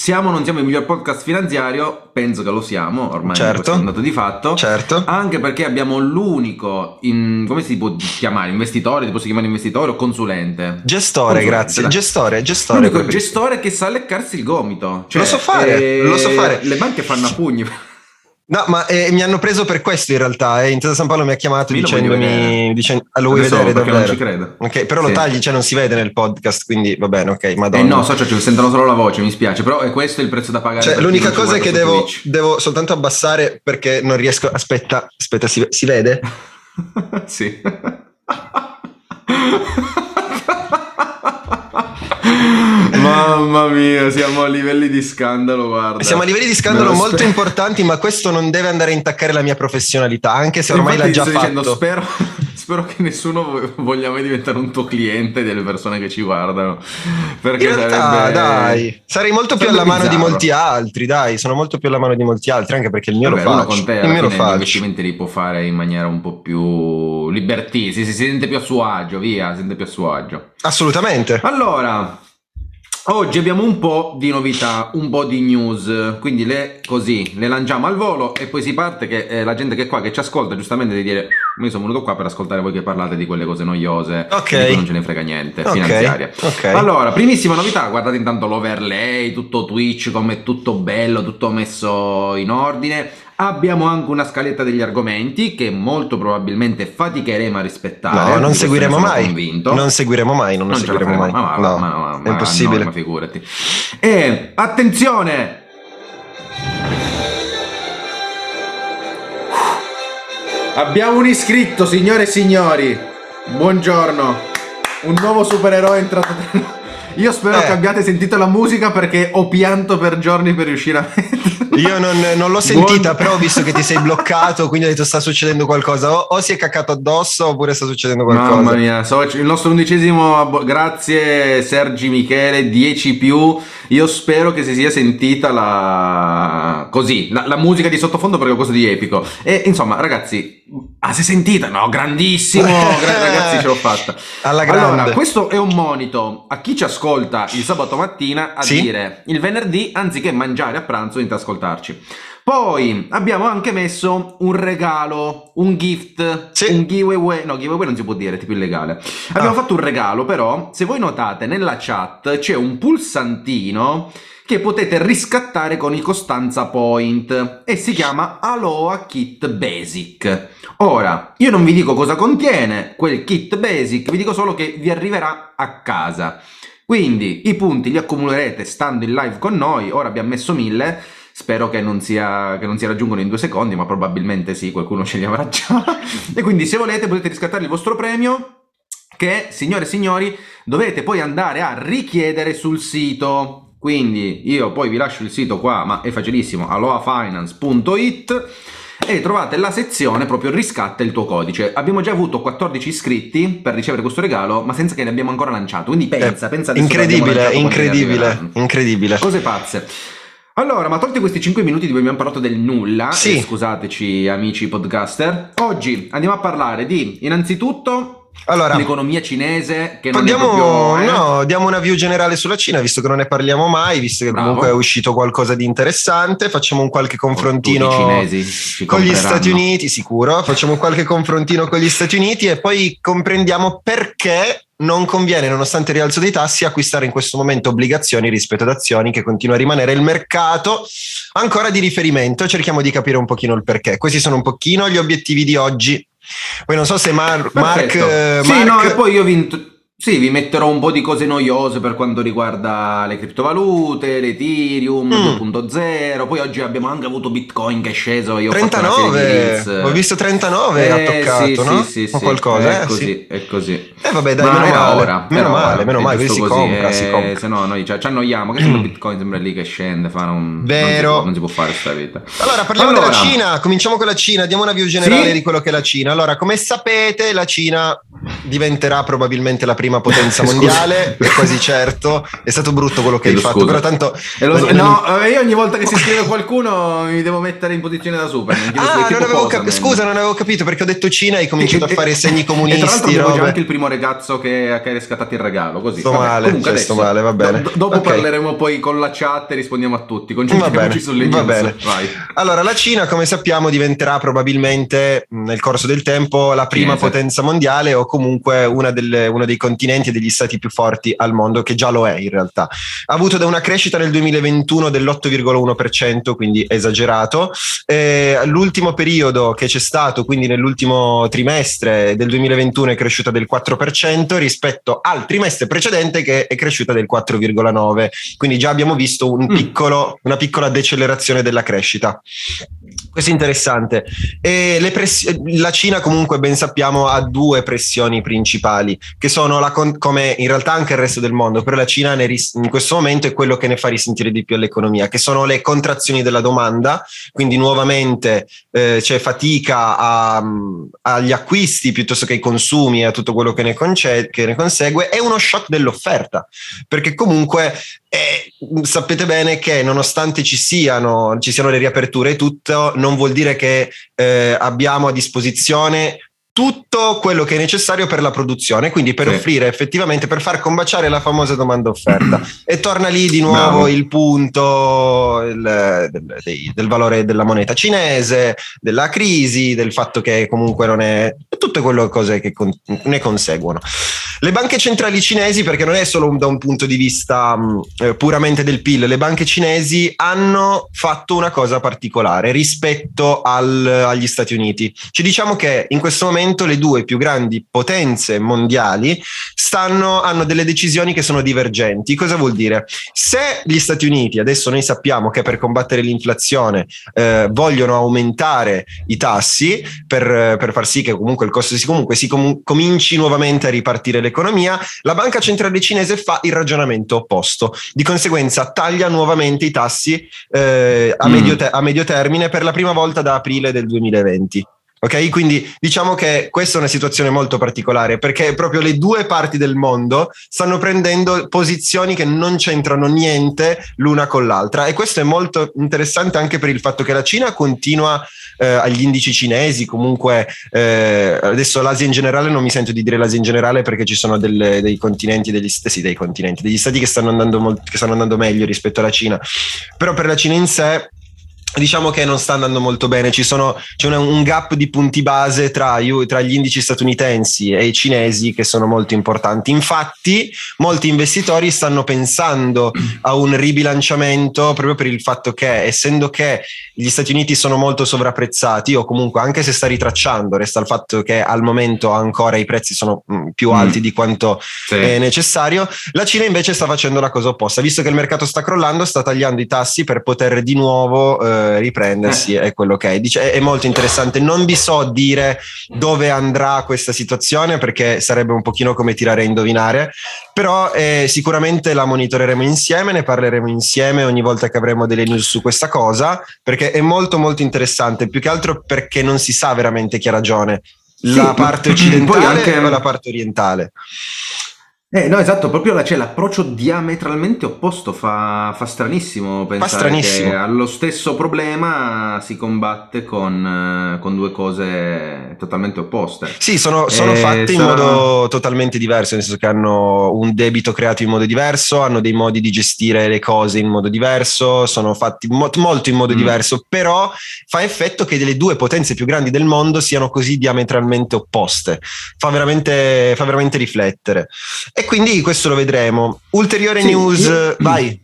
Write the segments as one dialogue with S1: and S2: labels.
S1: siamo o non siamo il miglior podcast finanziario? Penso che lo siamo, ormai
S2: Certo.
S1: questo è un dato di fatto.
S2: Certo.
S1: Anche perché abbiamo l'unico, come si può chiamare? Investitore? Ti posso chiamare investitore o consulente?
S2: Gestore, grazie.
S1: dai.
S2: Gestore.
S1: L'unico gestore che sa leccarsi il gomito. Cioè,
S2: lo so fare.
S1: Le banche fanno a pugni.
S2: No, ma mi hanno preso per questo in realtà. Intesa San Paolo mi ha chiamato
S1: Io
S2: dicendomi... lo vuoi
S1: Adesso
S2: vedere
S1: perché
S2: davvero?
S1: non ci credo.
S2: Ok, però
S1: Sì.
S2: lo tagli, cioè non si vede nel podcast, quindi va bene, ok, madonna.
S1: No, socio, ci sentono solo la voce, mi spiace, però è questo il prezzo da pagare.
S2: Cioè,
S1: per
S2: l'unica
S1: chi non ci
S2: cosa è che
S1: guarda su
S2: devo soltanto abbassare perché non riesco... Aspetta, si vede?
S1: Sì. Mamma mia, siamo a livelli di scandalo, guarda.
S2: Siamo a livelli di scandalo molto importanti, ma questo non deve andare a intaccare la mia professionalità, anche se ormai l'ha già fatto.
S1: Dicendo, spero che nessuno voglia mai diventare un tuo cliente delle persone che ci guardano. Perché
S2: in realtà, dai, sarei molto più alla mano di molti altri, dai, sono molto più alla mano di molti altri, anche perché il mio lo faccio.
S1: Con te
S2: il mio lo
S1: gli
S2: faccio.
S1: investimenti li può fare in maniera un po' più liberty, si sente più a suo agio, via, si sente più a suo agio.
S2: Assolutamente.
S1: Allora, oggi abbiamo un po' di novità, un po' di news, quindi le lanciamo al volo e poi si parte che la gente che è qua, che ci ascolta, giustamente deve dire io sono venuto qua per ascoltare voi che parlate di quelle cose noiose, di cui non ce ne frega niente, finanziaria.
S2: Okay.
S1: Allora, primissima novità, guardate intanto l'overlay, tutto Twitch, come tutto bello, tutto messo in ordine. Abbiamo anche una scaletta degli argomenti che molto probabilmente faticheremo a rispettare.
S2: No, non seguiremo mai.
S1: Convinto.
S2: Non seguiremo mai. No,
S1: è
S2: impossibile.
S1: Ma figurati. E attenzione! Abbiamo un iscritto, signore e signori. Buongiorno. Un nuovo supereroe è entrato. Io spero che abbiate sentito la musica perché ho pianto per giorni per riuscire a mettere.
S2: Io non l'ho sentita, però ho visto che ti sei bloccato, quindi ho detto sta succedendo qualcosa. O si è caccato addosso oppure sta succedendo qualcosa.
S1: Mamma mia, il nostro 11°, grazie Sergi Michele, 10+. Io spero che si sia sentita la musica di sottofondo perché è qualcosa di epico. E insomma, ragazzi, si è sentita? No, grandissimo, ragazzi, ce l'ho fatta.
S2: Alla grande.
S1: Allora, questo è un monito a chi ci ascolta il sabato mattina a dire il venerdì, anziché mangiare a pranzo, inizia ad ascoltarci. Poi abbiamo anche messo un regalo, un gift, un giveaway. No, giveaway non si può dire, è tipo illegale. Abbiamo fatto un regalo, però, se voi notate nella chat c'è un pulsantino che potete riscattare con il Costanza Point e si chiama Aloha Kit Basic. Ora, io non vi dico cosa contiene quel kit basic, vi dico solo che vi arriverà a casa. Quindi i punti li accumulerete stando in live con noi. Ora abbiamo messo 1000. Spero che non si raggiungono in 2 secondi, ma probabilmente sì, qualcuno ce li avrà già. E quindi se volete potete riscattare il vostro premio che, signore e signori, dovete poi andare a richiedere sul sito. Quindi io poi vi lascio il sito qua, ma è facilissimo, alohafinance.it, e trovate la sezione proprio riscatta il tuo codice. Abbiamo già avuto 14 iscritti per ricevere questo regalo, ma senza che ne abbiamo ancora lanciato. Quindi pensa adesso
S2: incredibile.
S1: Cose pazze. Allora, ma tolti questi 5 minuti di cui abbiamo parlato del nulla, e scusateci amici podcaster, oggi andiamo a parlare di, innanzitutto, l'economia cinese, che non è proprio...
S2: No, diamo una view generale sulla Cina, visto che non ne parliamo mai, visto che comunque è uscito qualcosa di interessante, facciamo un qualche confrontino con gli Stati Uniti, sicuro, facciamo qualche confrontino con gli Stati Uniti e poi comprendiamo perché non conviene, nonostante il rialzo dei tassi, acquistare in questo momento obbligazioni rispetto ad azioni, che continua a rimanere il mercato ancora di riferimento. Cerchiamo di capire un pochino il perché. Questi sono un pochino gli obiettivi di oggi. Poi non so se Mark
S1: e poi io vi metterò un po' di cose noiose per quanto riguarda le criptovalute, l'Ethereum 2.0. Poi oggi abbiamo anche avuto Bitcoin che è sceso. Io
S2: 39, ho visto 39 ha toccato, no?
S1: Sì,
S2: o qualcosa,
S1: è così.
S2: Vabbè, dai, meno male, così si compra.
S1: Se no noi ci annoiamo, che sembra Bitcoin sempre lì che scende, non si può fare sta vita.
S2: Allora, parliamo della Cina, cominciamo con la Cina, diamo una view generale di quello che è la Cina. Allora, come sapete, la Cina diventerà probabilmente la prima potenza mondiale, è quasi certo. È stato brutto quello che hai fatto, però tanto
S1: io ogni volta che si iscrive qualcuno mi devo mettere in posizione da super.
S2: Scusa, non avevo capito perché ho detto Cina e hai cominciato a fare segni comunisti.
S1: E tra l'altro avevo già anche il primo ragazzo che ha riscattato il regalo, così.
S2: Sto male, va bene.
S1: Dopo parleremo poi con la chat e rispondiamo a tutti. Concentriamoci sulle news.
S2: Va bene. Vai. Allora, la Cina, come sappiamo, diventerà probabilmente nel corso del tempo la prima potenza mondiale, o comunque uno dei continenti e degli stati più forti al mondo, che già lo è in realtà. Ha avuto una crescita nel 2021 dell'8,1%, quindi esagerato. L'ultimo periodo che c'è stato, quindi nell'ultimo trimestre del 2021, è cresciuta del 4% rispetto al trimestre precedente che è cresciuta del 4,9%. Quindi già abbiamo visto una piccola decelerazione della crescita. Questo è interessante. E la Cina, comunque, ben sappiamo, ha due pressioni principali, che sono come in realtà anche il resto del mondo, però la Cina in questo momento è quello che ne fa risentire di più all'economia, che sono le contrazioni della domanda, quindi nuovamente c'è fatica agli acquisti piuttosto che ai consumi e a tutto quello che ne consegue, e uno shock dell'offerta, perché comunque sapete bene che nonostante ci siano le riaperture e tutto, non vuol dire che abbiamo a disposizione tutto quello che è necessario per la produzione, quindi per offrire effettivamente, per far combaciare la famosa domanda offerta. E torna lì di nuovo il punto del valore della moneta cinese, della crisi, del fatto che comunque non è tutte quelle cose che ne conseguono. Le banche centrali cinesi, perché non è solo da un punto di vista puramente del PIL, le banche cinesi hanno fatto una cosa particolare rispetto agli Stati Uniti. Ci diciamo che in questo momento le due più grandi potenze mondiali hanno delle decisioni che sono divergenti. Cosa vuol dire? Se gli Stati Uniti, adesso noi sappiamo che per combattere l'inflazione vogliono aumentare i tassi per far sì che comunque il costo cominci nuovamente a ripartire l'economia, la banca centrale cinese fa il ragionamento opposto. Di conseguenza taglia nuovamente i tassi a medio termine per la prima volta da aprile del 2020. Ok, quindi diciamo che questa è una situazione molto particolare, perché proprio le due parti del mondo stanno prendendo posizioni che non c'entrano niente l'una con l'altra, e questo è molto interessante anche per il fatto che la Cina continua agli indici cinesi, comunque adesso l'Asia in generale, non mi sento di dire l'Asia in generale perché ci sono dei continenti, degli stati che stanno andando meglio rispetto alla Cina, però per la Cina in sé diciamo che non sta andando molto bene. C'è un gap di punti base tra gli indici statunitensi e i cinesi che sono molto importanti. Infatti molti investitori stanno pensando a un ribilanciamento proprio per il fatto che, essendo che gli Stati Uniti sono molto sovrapprezzati, o comunque anche se sta ritracciando, resta il fatto che al momento ancora i prezzi sono più alti di quanto è necessario, la Cina invece sta facendo la cosa opposta. Visto che il mercato sta crollando, sta tagliando i tassi per poter di nuovo riprendersi. È quello che è molto interessante. Non vi so dire dove andrà questa situazione, perché sarebbe un pochino come tirare a indovinare, però sicuramente la monitoreremo insieme, ne parleremo insieme ogni volta che avremo delle news su questa cosa, perché è molto molto interessante, più che altro perché non si sa veramente chi ha ragione, la parte occidentale o la parte orientale.
S1: No, esatto, proprio c'è l'approccio diametralmente opposto, fa stranissimo pensare che allo stesso problema si combatte con due cose totalmente opposte.
S2: Sì, sono fatte in modo totalmente diverso, nel senso che hanno un debito creato in modo diverso, hanno dei modi di gestire le cose in modo diverso, sono fatti molto in modo diverso, però fa effetto che delle due potenze più grandi del mondo siano così diametralmente opposte. Fa veramente riflettere. E quindi questo lo vedremo. Ulteriore news, vai.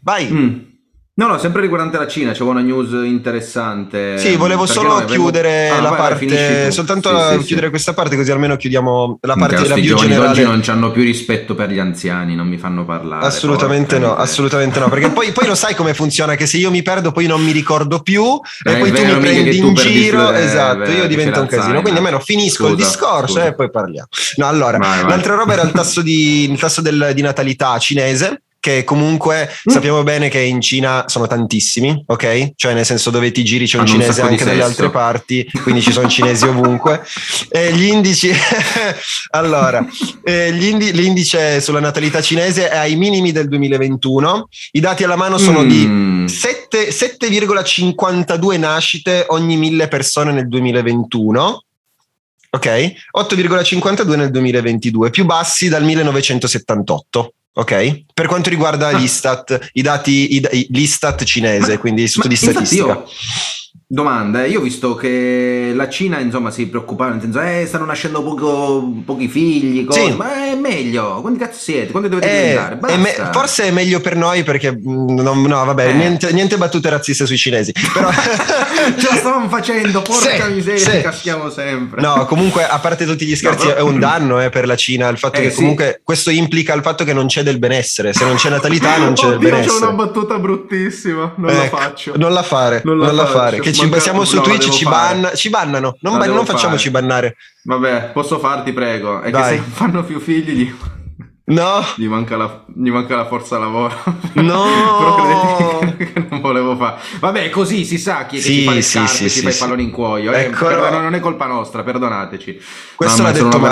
S1: No, sempre riguardante la Cina, c'è una news interessante.
S2: Sì, volevo solo chiudere la parte, soltanto chiudere questa parte, così almeno chiudiamo la parte della più generale.
S1: Oggi non hanno più rispetto per gli anziani, non mi fanno parlare.
S2: Assolutamente no, perché poi lo sai come funziona, che se io mi perdo poi non mi ricordo più e poi tu mi prendi in giro, esatto, io divento un casino, quindi almeno finisco il discorso e poi parliamo. No, allora, l'altra roba era il tasso di natalità cinese, che comunque sappiamo bene che in Cina sono tantissimi, ok? Cioè nel senso, dove ti giri c'è un cinese anche dalle altre parti, quindi ci sono cinesi ovunque. Gli indici allora, l'indice sulla natalità cinese è ai minimi del 2021, i dati alla mano sono di 7,52 nascite ogni 1000 persone nel 2021, ok? 8,52 nel 2022, più bassi dal 1978. Ok, per quanto riguarda l'Istat, i dati l'Istat cinese, quindi istituto di statistica.
S1: Domanda, io ho visto che la Cina insomma si preoccupava, nel senso stanno nascendo pochi figli,
S2: sì.
S1: Ma è meglio, quanti cazzo siete? Quanti dovete diventare? Basta.
S2: Forse è meglio per noi perché niente battute razziste sui cinesi, però
S1: ce la stavamo facendo, porca miseria, caschiamo sempre.
S2: No, comunque a parte tutti gli scherzi, è un danno per la Cina il fatto che comunque questo implica il fatto che non c'è del benessere, se non c'è natalità non c'è del benessere.
S1: C'è una battuta bruttissima, non la faccio.
S2: Non la fare, che siamo su Twitch, ci bannano, non facciamoci bannare.
S1: Vabbè, posso farti, prego, è che se non fanno più figli
S2: no,
S1: gli manca la forza lavoro.
S2: No.
S1: Però credete che non volevo fare. Vabbè, così si sa chi è che ci fa le scarpe, ci fa i palloni in cuoio. Non è colpa nostra, perdonateci.
S2: Questo l'ha detto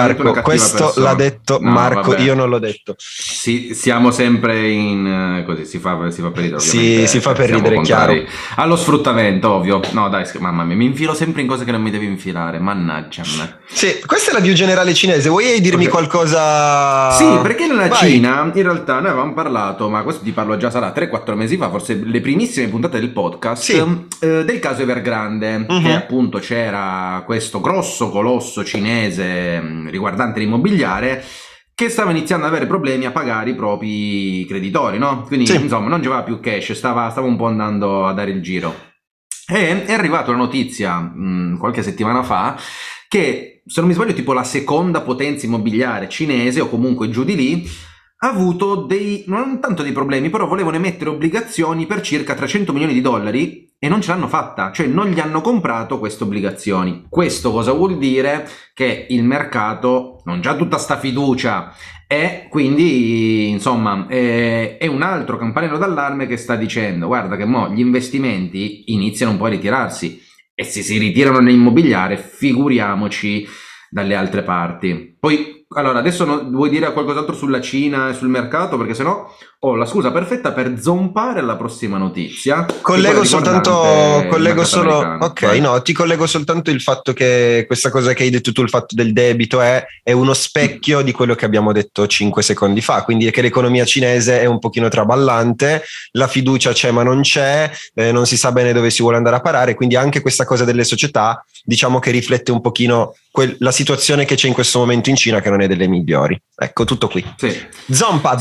S2: Marco. Io non l'ho detto.
S1: Sì, siamo sempre in così, si fa per ridere.
S2: Sì, si fa per ridere, chiaro.
S1: Allo sfruttamento, ovvio. No, dai, mamma mia, mi infilo sempre in cose che non mi devi infilare. Mannaggia.
S2: Sì, questa è la view generale cinese. Vuoi dirmi qualcosa?
S1: Sì, perché nella Cina, in realtà, noi avevamo parlato, ma questo ti parlo già, sarà 3-4 mesi fa, forse le primissime puntate del podcast, del caso Evergrande, che appunto c'era questo grosso colosso cinese riguardante l'immobiliare che stava iniziando ad avere problemi a pagare i propri creditori, no? Quindi, insomma, non c'aveva più cash, stava un po' andando a dare il giro. E è arrivata una notizia qualche settimana fa che, se non mi sbaglio, tipo la seconda potenza immobiliare cinese o comunque giù di lì ha avuto non tanto dei problemi, però volevano emettere obbligazioni per circa 300 milioni di dollari e non ce l'hanno fatta, cioè non gli hanno comprato queste obbligazioni. Questo cosa vuol dire? Che il mercato non già tutta sta fiducia e quindi insomma è un altro campanello d'allarme che sta dicendo guarda che mo gli investimenti iniziano un po' a ritirarsi. E se si ritirano nell'immobiliare, figuriamoci dalle altre parti. Poi, allora, adesso vuoi dire qualcos'altro sulla Cina e sul mercato? Perché sennò ho la scusa perfetta per zompare alla prossima notizia.
S2: Ti collego soltanto il fatto che questa cosa che hai detto tu, il fatto del debito è uno specchio di quello che abbiamo detto 5 secondi fa, quindi è che l'economia cinese è un pochino traballante, la fiducia c'è ma non c'è, non si sa bene dove si vuole andare a parare, quindi anche questa cosa delle società diciamo che riflette un pochino la situazione che c'è in questo momento in Cina, che non è delle migliori. Ecco, tutto qui. Zompa.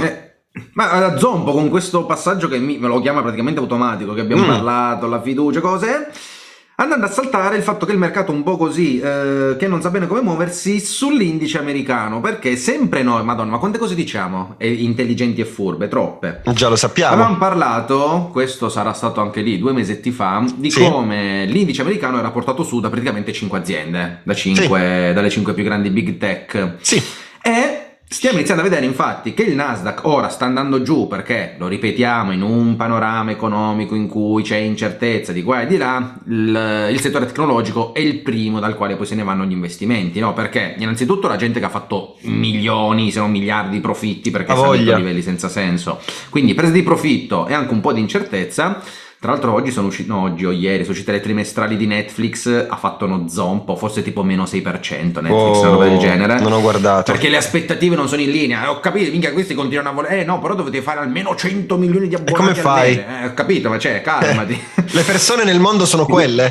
S1: Ma zompo con questo passaggio che me lo chiama praticamente automatico, che abbiamo parlato, la fiducia, cose, andando a saltare il fatto che il mercato un po' così, che non sa bene come muoversi sull'indice americano, perché sempre noi, madonna, ma quante cose diciamo, intelligenti e furbe, troppe.
S2: Già lo sappiamo.
S1: Avevamo parlato, questo sarà stato anche lì 2 mesetti fa, di come l'indice americano era portato su da praticamente 5 aziende, dalle 5 più grandi big tech. E stiamo iniziando a vedere infatti che il Nasdaq ora sta andando giù perché, lo ripetiamo, in un panorama economico in cui c'è incertezza di qua e di là, il settore tecnologico è il primo dal quale poi se ne vanno gli investimenti, no? Perché innanzitutto la gente che ha fatto milioni, se non miliardi di profitti perché sono a livelli senza senso, quindi prese di profitto e anche un po' di incertezza. Tra l'altro oggi sono uscite le trimestrali di Netflix, ha fatto uno zompo, forse tipo meno 6% Netflix, una roba del genere.
S2: Non ho guardato.
S1: Perché le aspettative non sono in linea. Ho capito, minchia, questi continuano a volere. No, però dovete fare almeno 100 milioni di abbonati.
S2: E come fai?
S1: Ho capito, ma calmati.
S2: Le persone nel mondo sono quelle.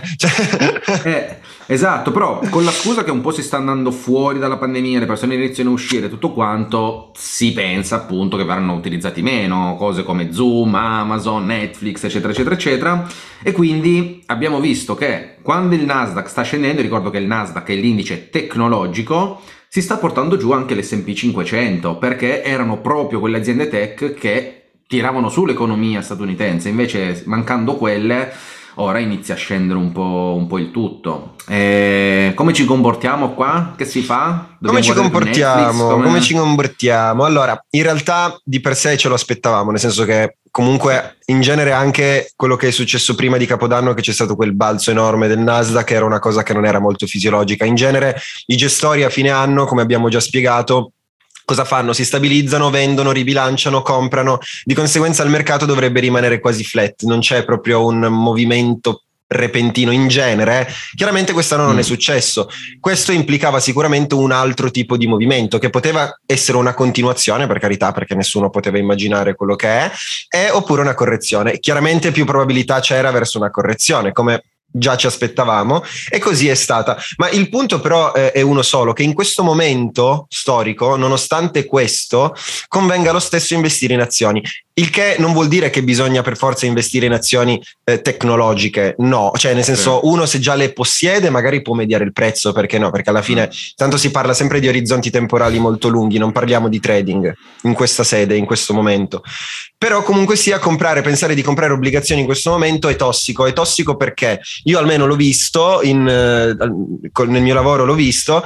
S1: Esatto, però con la scusa che un po' si sta andando fuori dalla pandemia, le persone iniziano a uscire, tutto quanto, si pensa appunto che verranno utilizzati meno, cose come Zoom, Amazon, Netflix, eccetera, eccetera, eccetera. E quindi abbiamo visto che quando il Nasdaq sta scendendo, ricordo che il Nasdaq è l'indice tecnologico, si sta portando giù anche l'S&P 500, perché erano proprio quelle aziende tech che tiravano su l'economia statunitense, invece mancando quelle ora inizia a scendere un po' il tutto. Come ci comportiamo qua? Che si fa?
S2: Come ci comportiamo?
S1: Netflix,
S2: Come ci comportiamo? Allora, in realtà di per sé ce lo aspettavamo, nel senso che comunque in genere anche quello che è successo prima di Capodanno, che c'è stato quel balzo enorme del Nasdaq, era una cosa che non era molto fisiologica. In genere i gestori a fine anno, come abbiamo già spiegato, cosa fanno? Si stabilizzano, vendono, ribilanciano, comprano, di conseguenza il mercato dovrebbe rimanere quasi flat, non c'è proprio un movimento repentino in genere. Chiaramente quest'anno non è successo. Questo implicava sicuramente un altro tipo di movimento che poteva essere una continuazione, per carità, perché nessuno poteva immaginare quello che è oppure una correzione. Chiaramente più probabilità c'era verso una correzione, come già ci aspettavamo, e così è stata. Ma il punto però è uno solo, che in questo momento storico, nonostante questo, convenga lo stesso investire in azioni. Il che non vuol dire che bisogna per forza investire in azioni tecnologiche, no, cioè nel senso, uno se già le possiede magari può mediare il prezzo, perché no? Perché alla fine tanto si parla sempre di orizzonti temporali molto lunghi, non parliamo di trading in questa sede, in questo momento. Però comunque sia, pensare di comprare obbligazioni in questo momento è tossico perché io almeno l'ho visto, nel mio lavoro l'ho visto,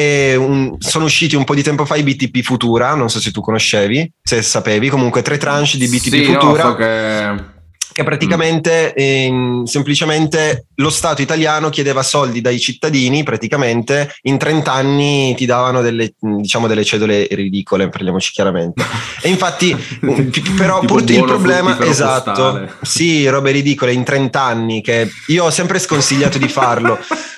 S2: e sono usciti un po' di tempo fa i BTP Futura, non so se tu conoscevi, se sapevi, comunque 3 tranche di BTP Futura.
S1: No, so
S2: che praticamente semplicemente lo Stato italiano chiedeva soldi dai cittadini, praticamente in 30 anni ti davano delle cedole ridicole, parliamoci chiaramente. E infatti però il problema, esatto, postale. Sì, robe ridicole in 30 anni, che io ho sempre sconsigliato di farlo.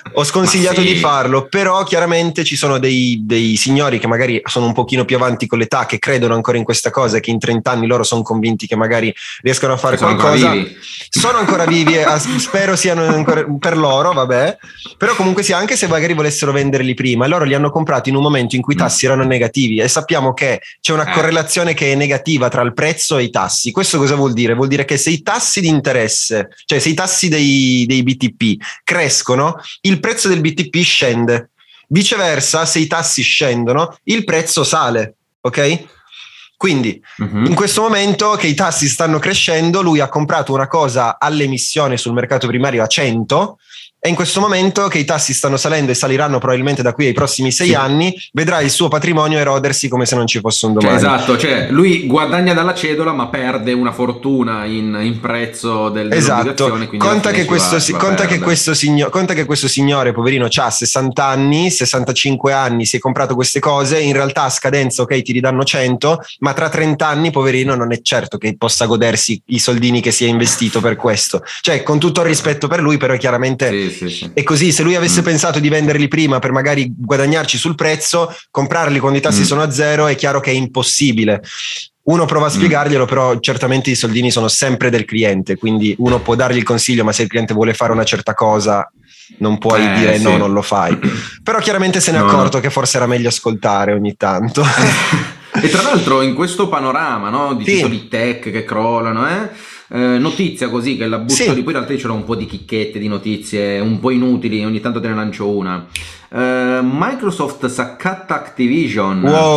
S2: Di farlo, però chiaramente ci sono dei signori che magari sono un pochino più avanti con l'età, che credono ancora in questa cosa, e che in 30 anni loro sono convinti che magari riescano a fare qualcosa. Sono ancora vivi, spero siano ancora per loro, vabbè. Però comunque sia, anche se magari volessero venderli prima, loro li hanno comprati in un momento in cui i tassi erano negativi, e sappiamo che c'è una correlazione che è negativa tra il prezzo e i tassi. Questo cosa vuol dire? Vuol dire che se i tassi di interesse, cioè se i tassi dei BTP crescono, il prezzo del BTP scende. Viceversa, se i tassi scendono, il prezzo sale, ok? Quindi in questo momento che i tassi stanno crescendo, lui ha comprato una cosa all'emissione sul mercato primario a 100, e in questo momento che i tassi stanno salendo e saliranno probabilmente da qui ai prossimi 6 anni, vedrà il suo patrimonio erodersi come se non ci fosse un domani.
S1: Esatto, lui guadagna dalla cedola ma perde una fortuna in prezzo dell'obbligazione. Quindi
S2: conta che questo signore poverino c'ha 60 anni, 65 anni, si è comprato queste cose, in realtà a scadenza ok ti ridanno 100, ma tra 30 anni poverino non è certo che possa godersi i soldini che si è investito per questo. Cioè, con tutto il rispetto per lui, però chiaramente sì. E così, se lui avesse pensato di venderli prima per magari guadagnarci sul prezzo, comprarli quando i tassi sono a zero, è chiaro che è impossibile. Uno prova a spiegarglielo, però certamente i soldini sono sempre del cliente, quindi uno può dargli il consiglio, ma se il cliente vuole fare una certa cosa non puoi dire no, non lo fai. Però chiaramente se ne è accorto che forse era meglio ascoltare ogni tanto.
S1: E tra l'altro in questo panorama, no, di titoli tech che crollano, notizia così che la butto lì, poi in realtà c'era un po' di chicchette di notizie un po' inutili, ogni tanto te ne lancio una. Microsoft s'accatta Activision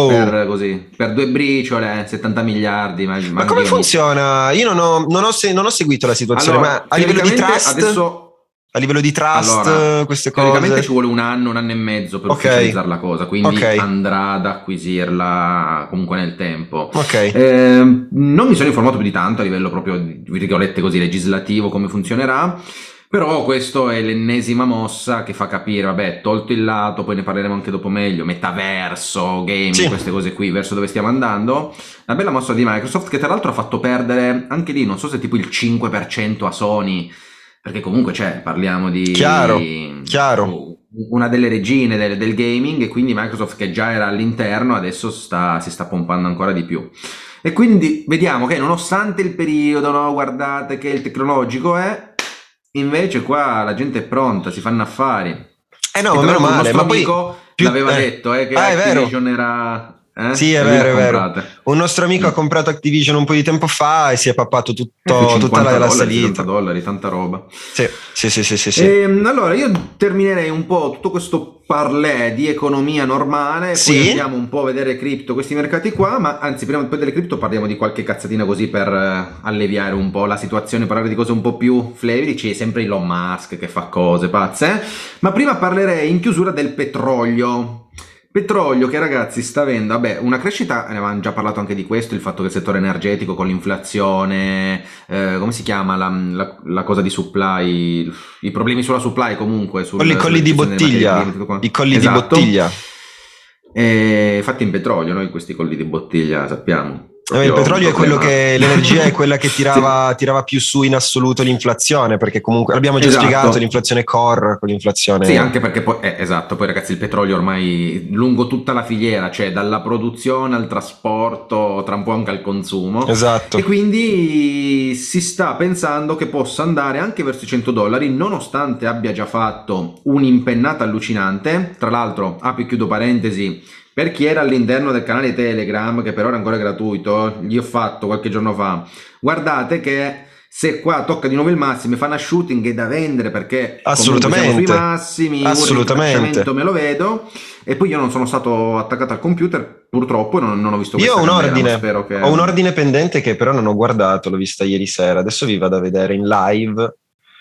S1: per 2 briciole, 70 miliardi. Ma
S2: come funziona? Io non ho seguito la situazione,
S1: allora,
S2: ma a livello di trust
S1: adesso,
S2: a livello di trust, queste cose
S1: teoricamente ci vuole un anno e mezzo per ufficializzare la cosa, quindi andrà ad acquisirla comunque nel tempo. Non mi sono informato più di tanto a livello proprio di virgolette così legislativo come funzionerà, però questo è l'ennesima mossa che fa capire, vabbè, tolto il lato, poi ne parleremo anche dopo meglio, metaverso, gaming, queste cose qui, verso dove stiamo andando. La bella mossa di Microsoft, che tra l'altro ha fatto perdere anche lì, non so se tipo il 5% a Sony, perché comunque parliamo di
S2: chiaro.
S1: Una delle regine del gaming, e quindi Microsoft, che già era all'interno, adesso si sta pompando ancora di più. E quindi vediamo che nonostante il periodo, no, guardate che il tecnologico invece qua la gente è pronta, si fanno affari.
S2: No, ma meno male.
S1: Il nostro amico l'aveva detto che Activision era
S2: Sì, è vero, è vero. Un nostro amico ha comprato Activision un po' di tempo fa e si è pappato tutta la salita.
S1: $50, tanta roba.
S2: Sì.
S1: Allora, io terminerei un po' tutto questo parlé di economia normale, poi andiamo un po' a vedere cripto, questi mercati qua, ma anzi, prima delle cripto parliamo di qualche cazzatina così per alleviare un po' la situazione, parlare di cose un po' più flevili, c'è sempre Elon Musk che fa cose pazze, ma prima parlerei in chiusura del petrolio. Petrolio che, ragazzi, sta avendo una crescita, ne avevamo già parlato anche di questo, il fatto che il settore energetico con l'inflazione, come si chiama la cosa di supply, i problemi sulla supply comunque.
S2: I colli di bottiglia, i colli di bottiglia.
S1: Fatti in petrolio, noi questi colli di bottiglia sappiamo.
S2: Il petrolio è quello che l'energia è quella che tirava più su in assoluto l'inflazione, perché comunque l'abbiamo già spiegato, l'inflazione core con l'inflazione.
S1: Sì, anche perché poi poi ragazzi il petrolio ormai lungo tutta la filiera, cioè dalla produzione al trasporto, tra un po' anche al consumo.
S2: Esatto.
S1: E quindi si sta pensando che possa andare anche verso i $100, nonostante abbia già fatto un'impennata allucinante. Tra l'altro, apro e chiudo parentesi, per chi era all'interno del canale Telegram, che per ora è ancora gratuito, gli ho fatto qualche giorno fa, guardate che se qua tocca di nuovo il massimo e fa una shooting è da vendere, perché
S2: assolutamente
S1: siamo sui massimi, il me lo vedo, e poi io non sono stato attaccato al computer, purtroppo non ho visto questa
S2: candela, ho un ordine pendente che però non ho guardato, l'ho vista ieri sera, adesso vi vado a vedere in live.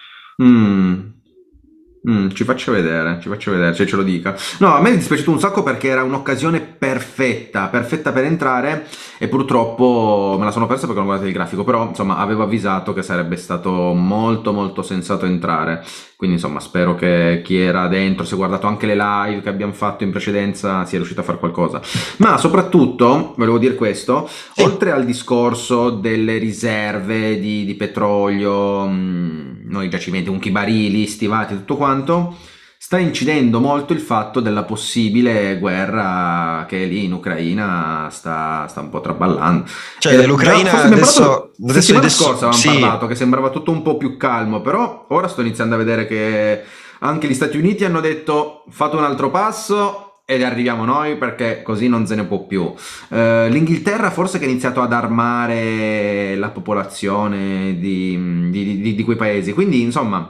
S1: Ci faccio vedere, se ce lo dica. No, a me è dispiaciuto un sacco perché era un'occasione perfetta per entrare, e purtroppo me la sono persa perché non guardate il grafico, però insomma avevo avvisato che sarebbe stato molto molto sensato entrare, quindi insomma spero che chi era dentro, si è guardato anche le live che abbiamo fatto in precedenza, sia riuscito a fare qualcosa. Ma soprattutto, volevo dire questo, oltre al discorso delle riserve di petrolio, noi giacimenti, unchi barili, stivati, tutto quanto, sta incidendo molto il fatto della possibile guerra che lì in Ucraina sta un po' traballando.
S2: Cioè l'Ucraina adesso
S1: settimana scorsa avevamo parlato che sembrava tutto un po' più calmo, però ora sto iniziando a vedere che anche gli Stati Uniti hanno detto fate un altro passo ed arriviamo noi, perché così non se ne può più. L'Inghilterra forse che ha iniziato ad armare la popolazione di quei paesi, quindi insomma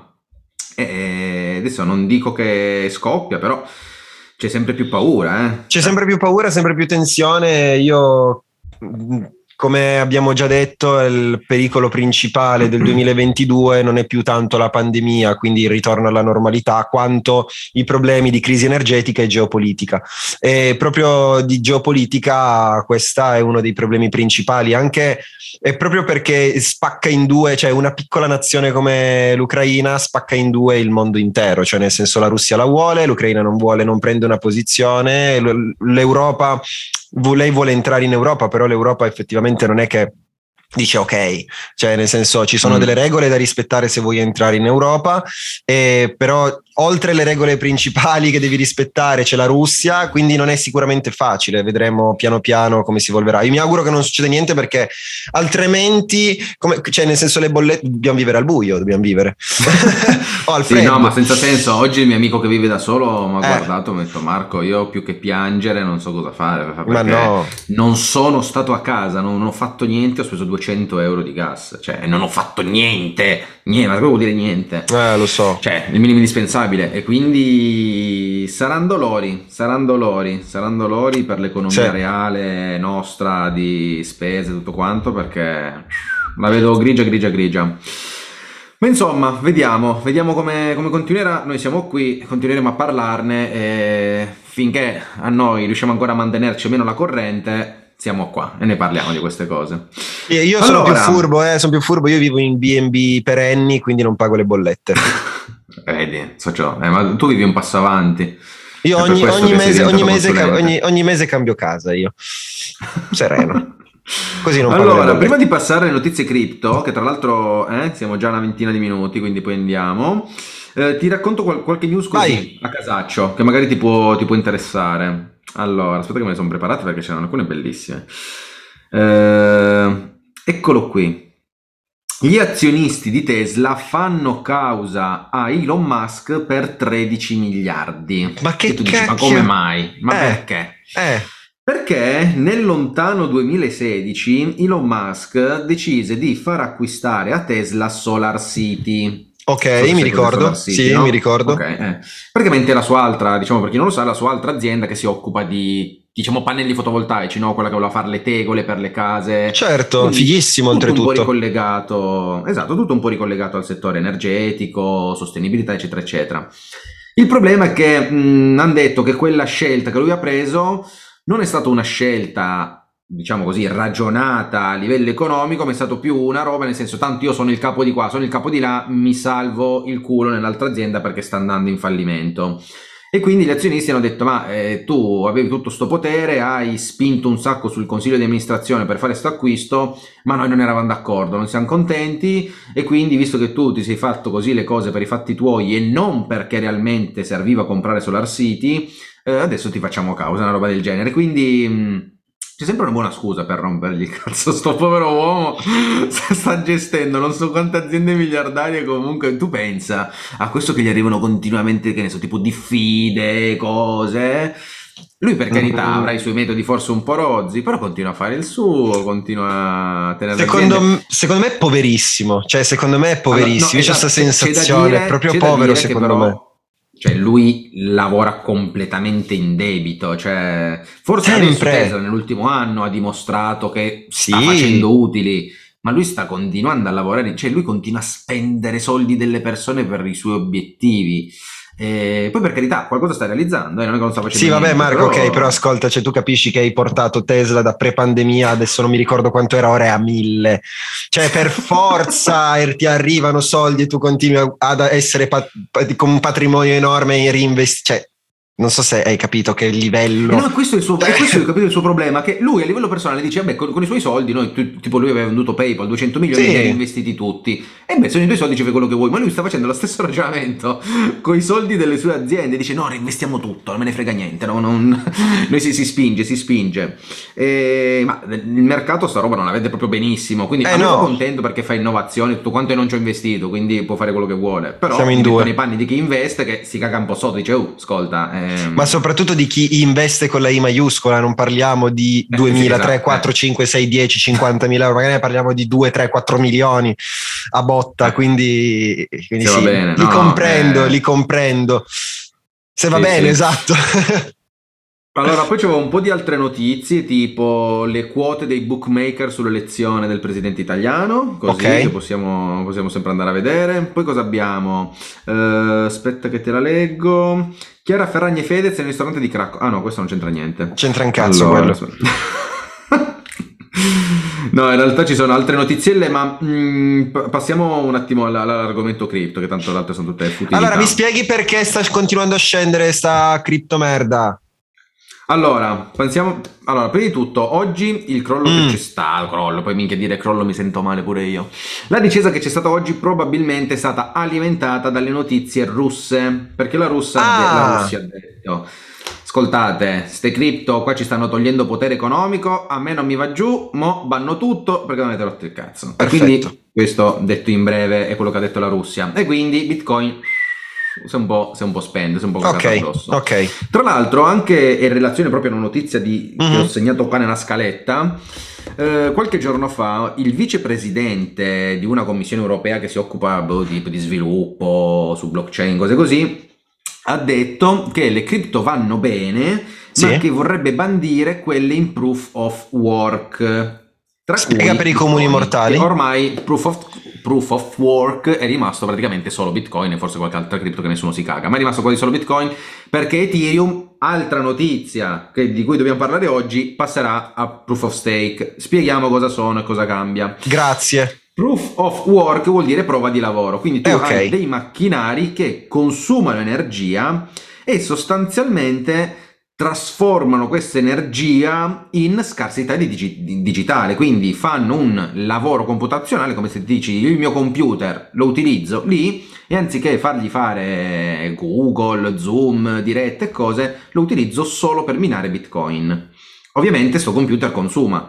S1: adesso non dico che scoppia, però c'è sempre più paura.
S2: C'è sempre più paura, sempre più tensione. Io, come abbiamo già detto, il pericolo principale del 2022 non è più tanto la pandemia, quindi il ritorno alla normalità, quanto i problemi di crisi energetica e geopolitica. E proprio di geopolitica questo è uno dei problemi principali, anche è proprio perché spacca in due, cioè una piccola nazione come l'Ucraina spacca in due il mondo intero, cioè nel senso la Russia la vuole, l'Ucraina non vuole, non prende una posizione, l'Europa, lei vuole entrare in Europa, però l'Europa effettivamente non è che dice ok, cioè nel senso ci sono delle regole da rispettare se vuoi entrare in Europa, però oltre le regole principali che devi rispettare c'è la Russia, quindi non è sicuramente facile, vedremo piano piano come si evolverà. Io mi auguro che non succeda niente, perché altrimenti, cioè nel senso le bollette, dobbiamo vivere al buio, dobbiamo vivere o al freddo.
S1: Sì, no, ma senza senso. Oggi il mio amico che vive da solo mi ha guardato e mi ha detto Marco, io più che piangere non so cosa fare, perché
S2: ma no,
S1: non sono stato a casa, non ho fatto niente, ho speso 200 euro di gas, cioè non ho fatto niente, ma cosa vuol dire niente?
S2: Lo so,
S1: cioè il minimo indispensabile, e quindi saranno dolori per l'economia reale nostra, di spese, tutto quanto, perché la vedo grigia. Ma insomma, vediamo come continuerà. Noi siamo qui, continueremo a parlarne, e finché a noi riusciamo ancora a mantenerci almeno la corrente, siamo qua e ne parliamo di queste cose.
S2: Io sono più furbo, io vivo in B&B perenni, quindi non pago le bollette.
S1: Vedi, socio, ma tu vivi un passo avanti.
S2: Io ogni mese cambio casa, io sereno. Così non
S1: allora, prima di passare alle notizie cripto, che tra l'altro siamo già a una ventina di minuti, quindi poi andiamo, ti racconto qualche news così a casaccio, che magari ti può interessare. Allora, aspetta che me ne sono preparate, perché c'erano alcune bellissime. Eccolo qui. Gli azionisti di Tesla fanno causa a Elon Musk per 13 miliardi.
S2: Ma che
S1: tu dici, ma come mai? Ma perché? Perché nel lontano 2016 Elon Musk decise di far acquistare a Tesla Solar City.
S2: Ok,
S1: Non so se
S2: mi
S1: sai cos'è Solar
S2: ricordo.
S1: City,
S2: Sì, mi
S1: no? Ok,
S2: ricordo.
S1: praticamente la sua altra, diciamo per chi non lo sa, la sua altra azienda che si occupa di, diciamo, pannelli fotovoltaici, no? Quella che voleva fare le tegole per le case.
S2: Certo,
S1: Quindi
S2: fighissimo
S1: tutto un po'
S2: oltretutto.
S1: ricollegato, esatto, tutto un po' ricollegato al settore energetico, sostenibilità, eccetera, eccetera. Il problema è che hanno detto che quella scelta che lui ha preso non è stata una scelta, diciamo così, ragionata a livello economico, ma è stato più una roba, nel senso, tanto io sono il capo di qua, sono il capo di là, mi salvo il culo nell'altra azienda perché sta andando in fallimento. E quindi gli azionisti hanno detto, ma tu avevi tutto sto potere, hai spinto un sacco sul consiglio di amministrazione per fare questo acquisto, ma noi non eravamo d'accordo, non siamo contenti, e quindi visto che tu ti sei fatto così le cose per i fatti tuoi e non perché realmente serviva a comprare Solar City, adesso ti facciamo causa, una roba del genere. Quindi c'è sempre una buona scusa per rompergli il cazzo. Sto povero uomo sta gestendo non so quante aziende miliardarie. Comunque, tu pensa a questo che gli arrivano continuamente, che ne so, tipo diffide, cose. Lui, per carità, avrà i suoi metodi forse un po' rozzi, però continua a fare il suo, continua a tenere l'azienda.
S2: Secondo me è poverissimo, cioè secondo me è
S1: Allora, no,
S2: poverissimo, io ho questa
S1: esatto,
S2: sensazione, è proprio
S1: c'è da
S2: povero
S1: dire che
S2: secondo me.
S1: però, cioè, lui lavora completamente in debito, cioè, forse adesso Tesla
S2: Sempre,
S1: nell'ultimo anno ha dimostrato che sta
S2: sì.
S1: facendo utili, ma lui sta continuando a lavorare, cioè lui continua a spendere soldi delle persone per i suoi obiettivi. E poi per carità, qualcosa sta realizzando, non è che non sta
S2: Sì,
S1: facendo
S2: vabbè
S1: niente,
S2: Marco, ok, però
S1: però...
S2: ascolta, cioè tu capisci che hai portato Tesla da pre-pandemia, adesso non mi ricordo quanto era, ora è a 1000. Cioè per forza ti arrivano soldi e tu continui ad essere con un patrimonio enorme in reinvestire. Cioè, non so se hai capito che
S1: E
S2: livello...
S1: no, questo è il suo, e questo ho capito il suo problema, che lui a livello personale dice, vabbè, con i suoi soldi, noi, tipo lui aveva venduto PayPal, 200 milioni, li ha
S2: Sì,
S1: reinvestiti tutti. E beh, sono i tuoi soldi, ci fai quello che vuoi, ma lui sta facendo lo stesso ragionamento con i soldi delle sue aziende, dice, no, reinvestiamo tutto, non me ne frega niente, no, noi si spinge, si spinge. Ma il mercato sta roba non la vede proprio benissimo, quindi a me fa
S2: no,
S1: contento perché fa innovazione, tutto quanto, e non ci ho investito, quindi può fare quello che vuole,
S2: siamo
S1: però
S2: in
S1: mi metto
S2: due.
S1: nei panni di chi investe che si caga un po' sotto, dice, oh, ascolta,
S2: Ma soprattutto di chi investe con la I maiuscola, non parliamo di
S1: sì,
S2: 2000, 3,
S1: esatto,
S2: 4, 5, 6, 10, 50 mila euro, magari ne parliamo di 2, 3, 4 milioni a botta, quindi
S1: se va
S2: sì,
S1: bene, no, no,
S2: li comprendo. Se va
S1: sì,
S2: bene,
S1: sì.
S2: esatto.
S1: Allora, poi c'avevo un po' di altre notizie, tipo le quote dei bookmaker sull'elezione del presidente italiano,
S2: Ok,
S1: così che possiamo sempre andare a vedere. Poi cosa abbiamo? Aspetta che te la leggo. Chiara Ferragni e Fedez nel ristorante di Cracovia. Ah no, questo non c'entra niente.
S2: c'entra un cazzo
S1: Allora,
S2: quello.
S1: aspetta. No, in realtà ci sono altre notizielle, ma passiamo un attimo all'argomento cripto, che tanto le altre sono tutte
S2: Allora, mi
S1: futilità.
S2: spieghi perché sta continuando a scendere sta criptomerda?
S1: Allora, pensiamo. Allora, prima di tutto, oggi il crollo che c'è
S2: Mm,
S1: stato, crollo, poi minchia dire crollo mi sento male pure io. La discesa che c'è stata oggi probabilmente è stata alimentata dalle notizie russe, perché la
S2: ah,
S1: Russia ha detto, ascoltate, ste cripto qua ci stanno togliendo potere economico, a me non mi va giù, mo banno tutto perché non avete rotto il cazzo. E
S2: perfetto.
S1: quindi, questo detto in breve è quello che ha detto la Russia. E quindi Bitcoin si è un po' spento, si è un po'
S2: Ok,
S1: cagato addosso.
S2: ok.
S1: Tra l'altro, anche in relazione proprio a una notizia che ho
S2: Mhm.
S1: segnato qua nella scaletta, qualche giorno fa il vicepresidente di una commissione europea che si occupa di sviluppo su blockchain, cose così, ha detto che le cripto vanno bene, ma
S2: Sì.
S1: che vorrebbe bandire quelle in proof of work, tra
S2: Spiega
S1: cui
S2: per i comuni
S1: Bitcoin, che
S2: mortali.
S1: ormai proof of work è rimasto praticamente solo Bitcoin e forse qualche altra cripto che nessuno si caga, ma è rimasto quasi solo Bitcoin perché Ethereum, altra notizia di cui dobbiamo parlare oggi, passerà a proof of stake. Spieghiamo cosa sono e cosa cambia.
S2: Grazie.
S1: Proof of work vuol dire prova di lavoro, quindi tu
S2: Ok.
S1: hai dei macchinari che consumano energia e sostanzialmente trasformano questa energia in scarsità di digitale, quindi fanno un lavoro computazionale come se dici il mio computer lo utilizzo lì e anziché fargli fare Google, Zoom, dirette e cose, lo utilizzo solo per minare Bitcoin. Ovviamente sto computer consuma.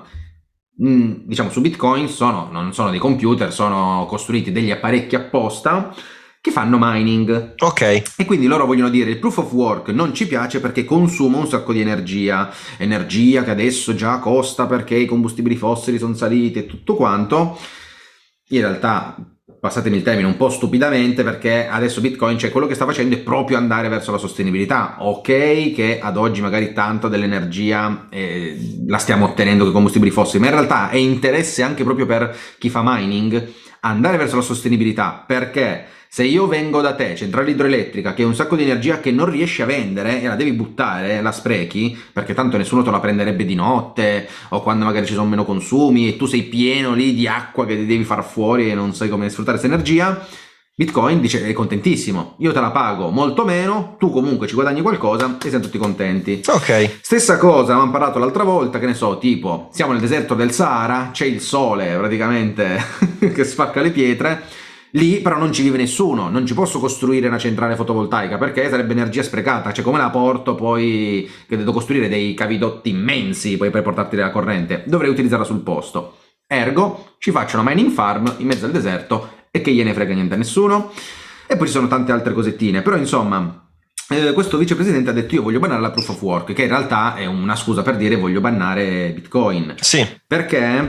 S1: Diciamo su Bitcoin non sono dei computer, sono costruiti degli apparecchi apposta che fanno mining.
S2: Ok.
S1: E quindi loro vogliono dire il proof of work non ci piace perché consuma un sacco di energia che adesso già costa perché i combustibili fossili sono saliti e tutto quanto. In realtà, passatemi il termine, un po' stupidamente, perché adesso Bitcoin, cioè quello che sta facendo è proprio andare verso la sostenibilità. Ok che ad oggi magari tanto dell'energia la stiamo ottenendo con i combustibili fossili, ma in realtà è interesse anche proprio per chi fa mining andare verso la sostenibilità, perché se io vengo da te, centrale idroelettrica, che è un sacco di energia che non riesci a vendere e la devi buttare, la sprechi, perché tanto nessuno te la prenderebbe di notte o quando magari ci sono meno consumi e tu sei pieno lì di acqua che ti devi far fuori e non sai come sfruttare questa energia, Bitcoin dice è contentissimo, io te la pago molto meno, tu comunque ci guadagni qualcosa e siamo tutti contenti.
S2: Ok.
S1: Stessa cosa, avevamo parlato l'altra volta, che ne so, tipo, siamo nel deserto del Sahara, c'è il sole praticamente che spacca le pietre. Lì però non ci vive nessuno, non ci posso costruire una centrale fotovoltaica perché sarebbe energia sprecata, cioè come la porto poi che devo costruire dei cavidotti immensi poi per portarti la corrente, dovrei utilizzarla sul posto. Ergo ci faccio una mining farm in mezzo al deserto e che gliene frega niente a nessuno. E poi ci sono tante altre cosettine, però insomma questo vicepresidente ha detto io voglio bannare la proof of work, che in realtà è una scusa per dire voglio bannare Bitcoin.
S2: Sì.
S1: Perché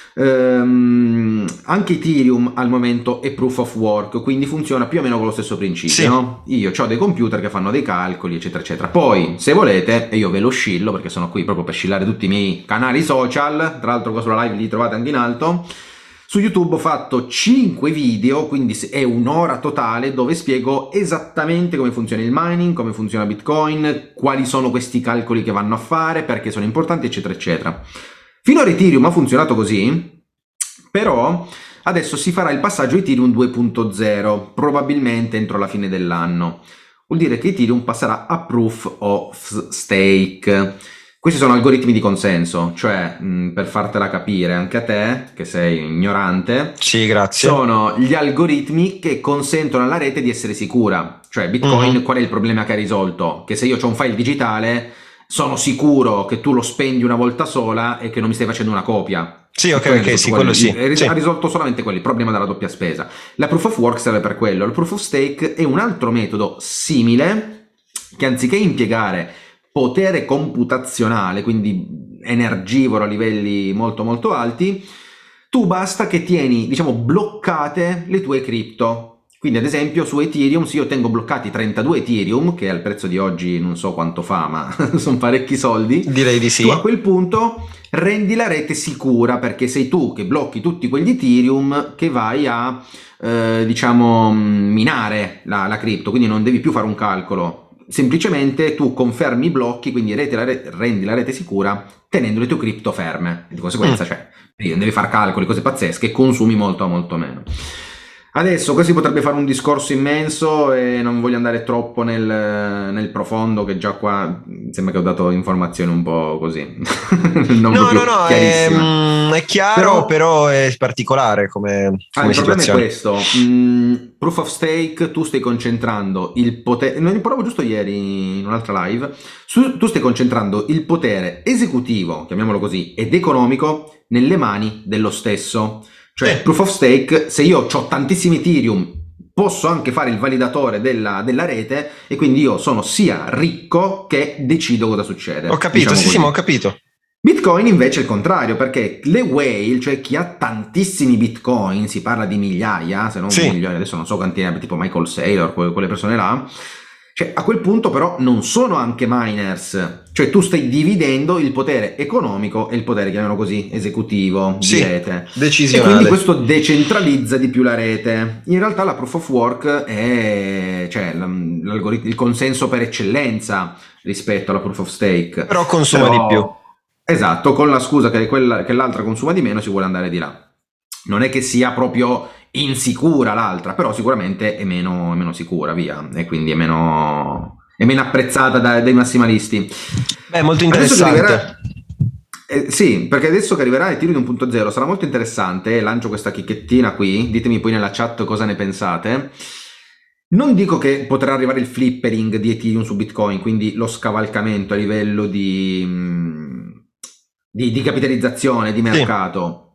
S1: anche Ethereum al momento è proof of work, quindi funziona più o meno con lo stesso principio,
S2: sì.
S1: No? Io ho dei computer che fanno dei calcoli eccetera eccetera, poi se volete, e io ve lo scillo perché sono qui proprio per scillare tutti i miei canali social, tra l'altro qua sulla live li trovate anche in alto, su YouTube ho fatto 5 video, quindi è un'ora totale dove spiego esattamente come funziona il mining, come funziona Bitcoin, quali sono questi calcoli che vanno a fare, perché sono importanti eccetera eccetera. Fino a Ethereum ha funzionato così, però adesso si farà il passaggio Ethereum 2.0, probabilmente entro la fine dell'anno. Vuol dire che Ethereum passerà a Proof of Stake. Questi sono algoritmi di consenso, cioè per fartela capire anche a te, che sei ignorante,
S2: sì, grazie.
S1: sono gli algoritmi che consentono alla rete di essere sicura. Cioè Bitcoin, qual è il problema che ha risolto? Che se io ho un file digitale sono sicuro che tu lo spendi una volta sola e che non mi stai facendo una copia.
S2: Sì, ok, sì, quello sì.
S1: Ha risolto solamente quello, il problema della doppia spesa. La proof of work serve per quello. Il proof of stake è un altro metodo simile che anziché impiegare potere computazionale, quindi energivoro a livelli molto molto alti, tu basta che tieni, diciamo, bloccate le tue cripto. Quindi ad esempio su Ethereum, se io tengo bloccati 32 Ethereum, che al prezzo di oggi non so quanto fa, ma sono parecchi soldi,
S2: direi di sì.
S1: Tu a quel punto rendi la rete sicura, perché sei tu che blocchi tutti quegli Ethereum che vai a, diciamo, minare la cripto, quindi non devi più fare un calcolo. Semplicemente tu confermi i blocchi, quindi rendi la rete sicura tenendo le tue cripto ferme. E di conseguenza, cioè, non devi fare calcoli, cose pazzesche, consumi molto molto meno. Adesso questo potrebbe fare un discorso immenso e non voglio andare troppo nel profondo, che già qua sembra che ho dato informazioni un po' così.
S2: No, è chiaro, però è particolare come
S1: il
S2: situazione.
S1: problema è questo, proof of stake, tu stai concentrando il potere, ne parlavo giusto ieri in un'altra live, tu stai concentrando il potere esecutivo, chiamiamolo così, ed economico nelle mani dello stesso. Cioè, proof of stake, se io ho tantissimi Ethereum, posso anche fare il validatore della rete e quindi io sono sia ricco che decido cosa succede.
S2: Ho capito, diciamo sì, ma ho capito.
S1: Bitcoin invece è il contrario, perché le whale, cioè chi ha tantissimi Bitcoin, si parla di migliaia, se non milioni, adesso non so quanti ne ha, tipo Michael Saylor, quelle persone là, cioè a quel punto però non sono anche miners, cioè tu stai dividendo il potere economico e il potere, chiamiamolo così, esecutivo, di rete.
S2: Decisionale.
S1: E quindi questo decentralizza di più la rete. In realtà la proof of work è, cioè, il consenso per eccellenza rispetto alla proof of stake.
S2: Però consuma di più.
S1: Esatto, con la scusa che l'altra consuma di meno si vuole andare di là. Non è che sia proprio insicura l'altra, però sicuramente è meno sicura, via, e quindi è meno apprezzata dai massimalisti.
S2: Beh, molto interessante.
S1: Sì, perché adesso che arriverà Ethereum 1.0 sarà molto interessante, lancio questa chicchettina qui, ditemi poi nella chat cosa ne pensate. Non dico che potrà arrivare il flippering di Ethereum su Bitcoin, quindi lo scavalcamento a livello di capitalizzazione, di mercato.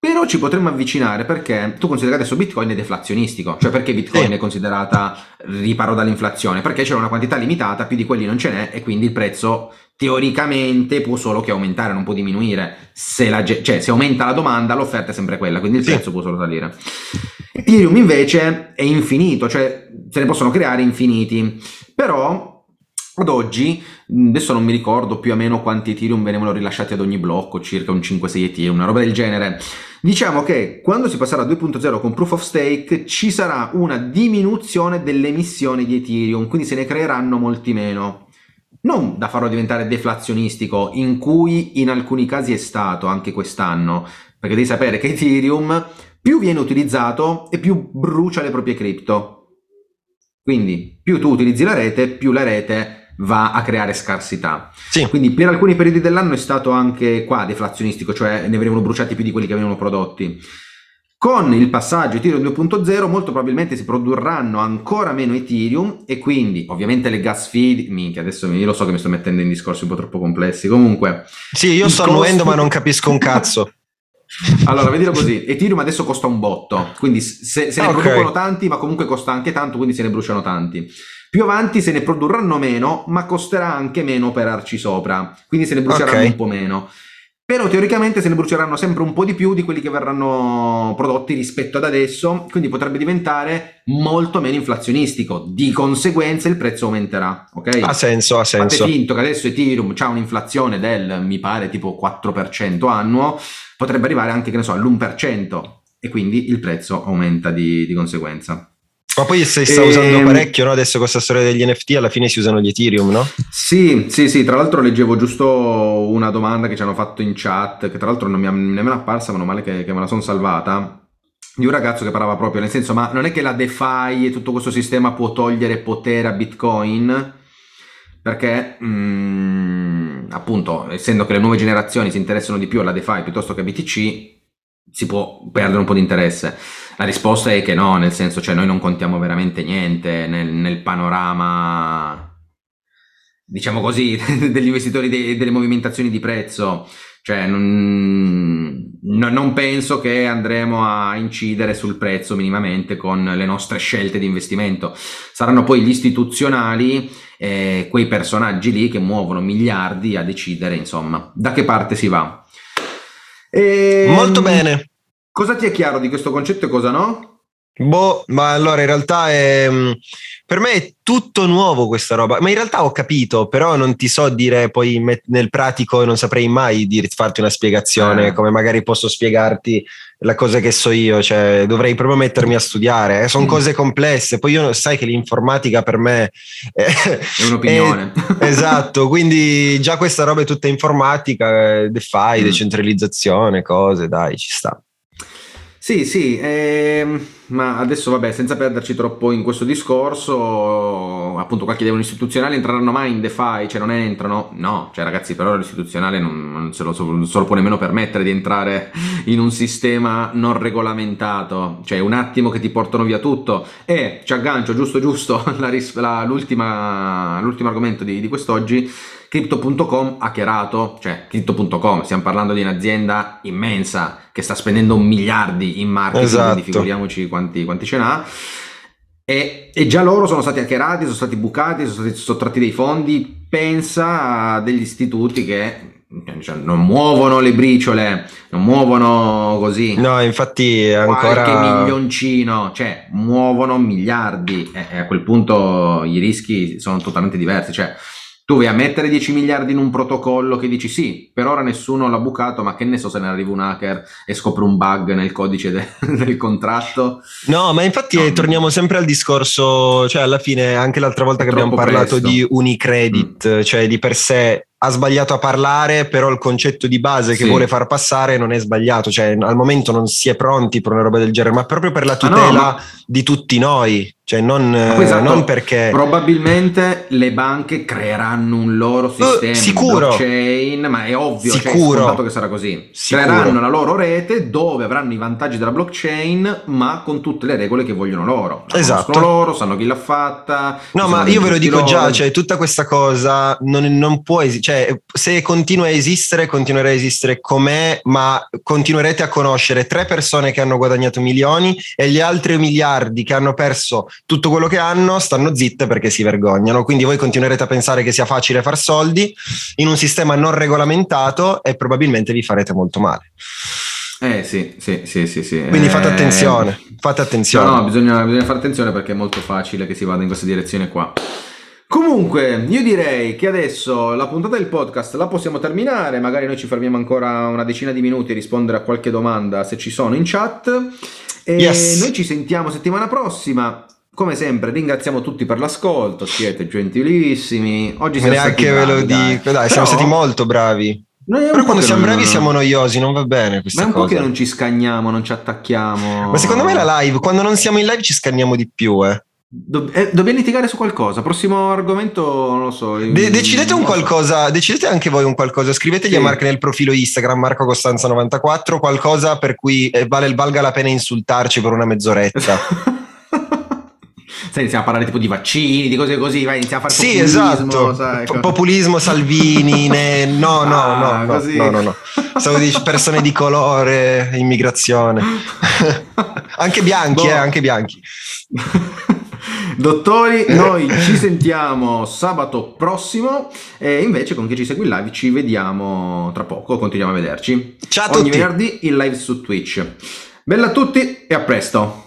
S1: Però ci potremmo avvicinare, perché tu consideri che adesso Bitcoin è deflazionistico, cioè perché Bitcoin è considerata riparo dall'inflazione? Perché c'è una quantità limitata, più di quelli non ce n'è, e quindi il prezzo teoricamente può solo che aumentare, non può diminuire. Se aumenta la domanda, l'offerta è sempre quella, quindi il prezzo può solo salire. Ethereum invece è infinito, cioè se ne possono creare infiniti, però ad oggi, adesso non mi ricordo più o meno quanti Ethereum venivano rilasciati ad ogni blocco, circa un 5-6 Ethereum, una roba del genere. Diciamo che quando si passerà a 2.0 con Proof of Stake ci sarà una diminuzione delle emissioni di Ethereum, quindi se ne creeranno molti meno. Non da farlo diventare deflazionistico, in cui in alcuni casi è stato anche quest'anno, perché devi sapere che Ethereum più viene utilizzato e più brucia le proprie cripto. Quindi più tu utilizzi la rete, più la rete va a creare scarsità. Quindi per alcuni periodi dell'anno è stato anche qua deflazionistico, cioè ne venivano bruciati più di quelli che venivano prodotti. Con il passaggio Ethereum 2.0 molto probabilmente si produrranno ancora meno Ethereum, e quindi ovviamente le gas fee, minchia, adesso io lo so che mi sto mettendo in discorsi un po' troppo complessi, comunque
S2: sì, io sto annuendo ma non capisco un cazzo.
S1: Allora, vedilo così, Ethereum adesso costa un botto, quindi se ne producono tanti, ma comunque costa anche tanto, quindi se ne bruciano tanti. Più avanti se ne produrranno meno, ma costerà anche meno operarci sopra, quindi se ne bruceranno un po' meno. Però teoricamente se ne bruceranno sempre un po' di più di quelli che verranno prodotti rispetto ad adesso, quindi potrebbe diventare molto meno inflazionistico, di conseguenza il prezzo aumenterà, ok?
S2: Ha senso.
S1: Fate finto che adesso Ethereum c'ha un'inflazione del, mi pare, tipo 4% annuo, potrebbe arrivare anche, che ne so, all'1%, e quindi il prezzo aumenta di conseguenza.
S2: Ma poi si sta usando parecchio, no? Adesso con questa storia degli NFT alla fine si usano gli Ethereum, no?
S1: Sì, tra l'altro leggevo giusto una domanda che ci hanno fatto in chat, che tra l'altro non mi è nemmeno apparsa, meno male che me la sono salvata, di un ragazzo che parlava proprio, nel senso, ma non è che la DeFi e tutto questo sistema può togliere potere a Bitcoin? Perché appunto, essendo che le nuove generazioni si interessano di più alla DeFi piuttosto che a BTC, si può perdere un po' di interesse. La risposta è che no, nel senso, cioè noi non contiamo veramente niente nel panorama, diciamo così, degli investitori, delle movimentazioni di prezzo. Cioè non penso che andremo a incidere sul prezzo minimamente con le nostre scelte di investimento. Saranno poi gli istituzionali, quei personaggi lì che muovono miliardi, a decidere, insomma, da che parte si va.
S2: Molto bene.
S1: Cosa ti è chiaro di questo concetto e cosa no?
S2: Ma allora in realtà per me è tutto nuovo questa roba, ma in realtà ho capito, però non ti so dire poi nel pratico, non saprei mai farti una spiegazione come magari posso spiegarti la cosa che so io, cioè dovrei proprio mettermi a studiare, sono cose complesse, poi io sai che l'informatica per me
S1: è un'opinione.
S2: Esatto, quindi già questa roba è tutta informatica, DeFi, decentralizzazione, cose, dai, ci sta.
S1: Sì, ma adesso vabbè, senza perderci troppo in questo discorso, appunto qualche devono istituzionali entreranno mai in DeFi, cioè non entrano? No, cioè ragazzi, però l'istituzionale non se lo può nemmeno permettere di entrare in un sistema non regolamentato, cioè un attimo che ti portano via tutto. E ci aggancio giusto l'ultimo argomento di quest'oggi. Crypto.com hackerato, cioè Crypto.com, stiamo parlando di un'azienda immensa che sta spendendo miliardi in marketing, quindi figuriamoci quanti ce n'ha, e già loro sono stati hackerati, sono stati bucati, sono stati sottratti dei fondi. Pensa a degli istituti che non muovono le briciole, non muovono così,
S2: no, infatti ancora
S1: qualche milioncino, cioè muovono miliardi, e a quel punto i rischi sono totalmente diversi. Cioè tu vai a mettere 10 miliardi in un protocollo che dici sì, per ora nessuno l'ha bucato, ma che ne so se ne arriva un hacker e scopre un bug nel codice del contratto.
S2: No, ma infatti torniamo sempre al discorso, cioè alla fine anche l'altra volta che abbiamo parlato di Unicredit, cioè di per sé ha sbagliato a parlare, però il concetto di base che vuole far passare non è sbagliato, cioè al momento non si è pronti per una roba del genere, ma proprio per la tutela di tutti noi, cioè non perché
S1: probabilmente le banche creeranno un loro sistema
S2: sicuro,
S1: blockchain, ma è ovvio,
S2: sicuro,
S1: cioè è che sarà così, creeranno la loro rete dove avranno i vantaggi della blockchain, ma con tutte le regole che vogliono loro,
S2: esatto,
S1: loro sanno chi l'ha fatta.
S2: No, ma io ve lo dico già, cioè tutta questa cosa non può cioè se continua a esistere, continuerà a esistere com'è, ma continuerete a conoscere 3 persone che hanno guadagnato milioni e gli altri miliardi che hanno perso tutto quello che hanno stanno zitte perché si vergognano. Quindi voi continuerete a pensare che sia facile far soldi in un sistema non regolamentato e probabilmente vi farete molto male.
S1: Sì.
S2: Quindi fate attenzione.
S1: No, bisogna fare attenzione perché è molto facile che si vada in questa direzione qua. Comunque, io direi che adesso la puntata del podcast la possiamo terminare, magari noi ci fermiamo ancora una decina di minuti a rispondere a qualche domanda se ci sono in chat e Noi ci sentiamo settimana prossima. Come sempre ringraziamo tutti per l'ascolto, siete gentilissimi. Oggi siamo stati bravi,
S2: ve lo dico, dai, siamo stati molto bravi. Però quando siamo bravi siamo noiosi, non va bene questa cosa.
S1: Ma è un po' che non ci scagniamo, non ci attacchiamo.
S2: Ma secondo me la live, quando non siamo in live ci scanniamo di più,
S1: Dobbiamo litigare su qualcosa. Prossimo argomento, non lo so.
S2: Decidete un qualcosa, decidete anche voi un qualcosa. Scrivetegli a Marco nel profilo Instagram, Marco Costanza 94, qualcosa per cui valga la pena insultarci per una mezz'oretta.
S1: Sai, iniziamo a parlare tipo di vaccini, di cose così, vai, iniziamo a fare
S2: populismo. Esatto. Sai, populismo, Salvini, no. Stavo dicendo persone di colore, immigrazione. Anche bianchi, anche bianchi.
S1: Dottori, noi ci sentiamo sabato prossimo e invece con chi ci segue in live ci vediamo tra poco, continuiamo a vederci.
S2: Ciao a tutti.
S1: Ogni venerdì in live su Twitch. Bella a tutti e a presto.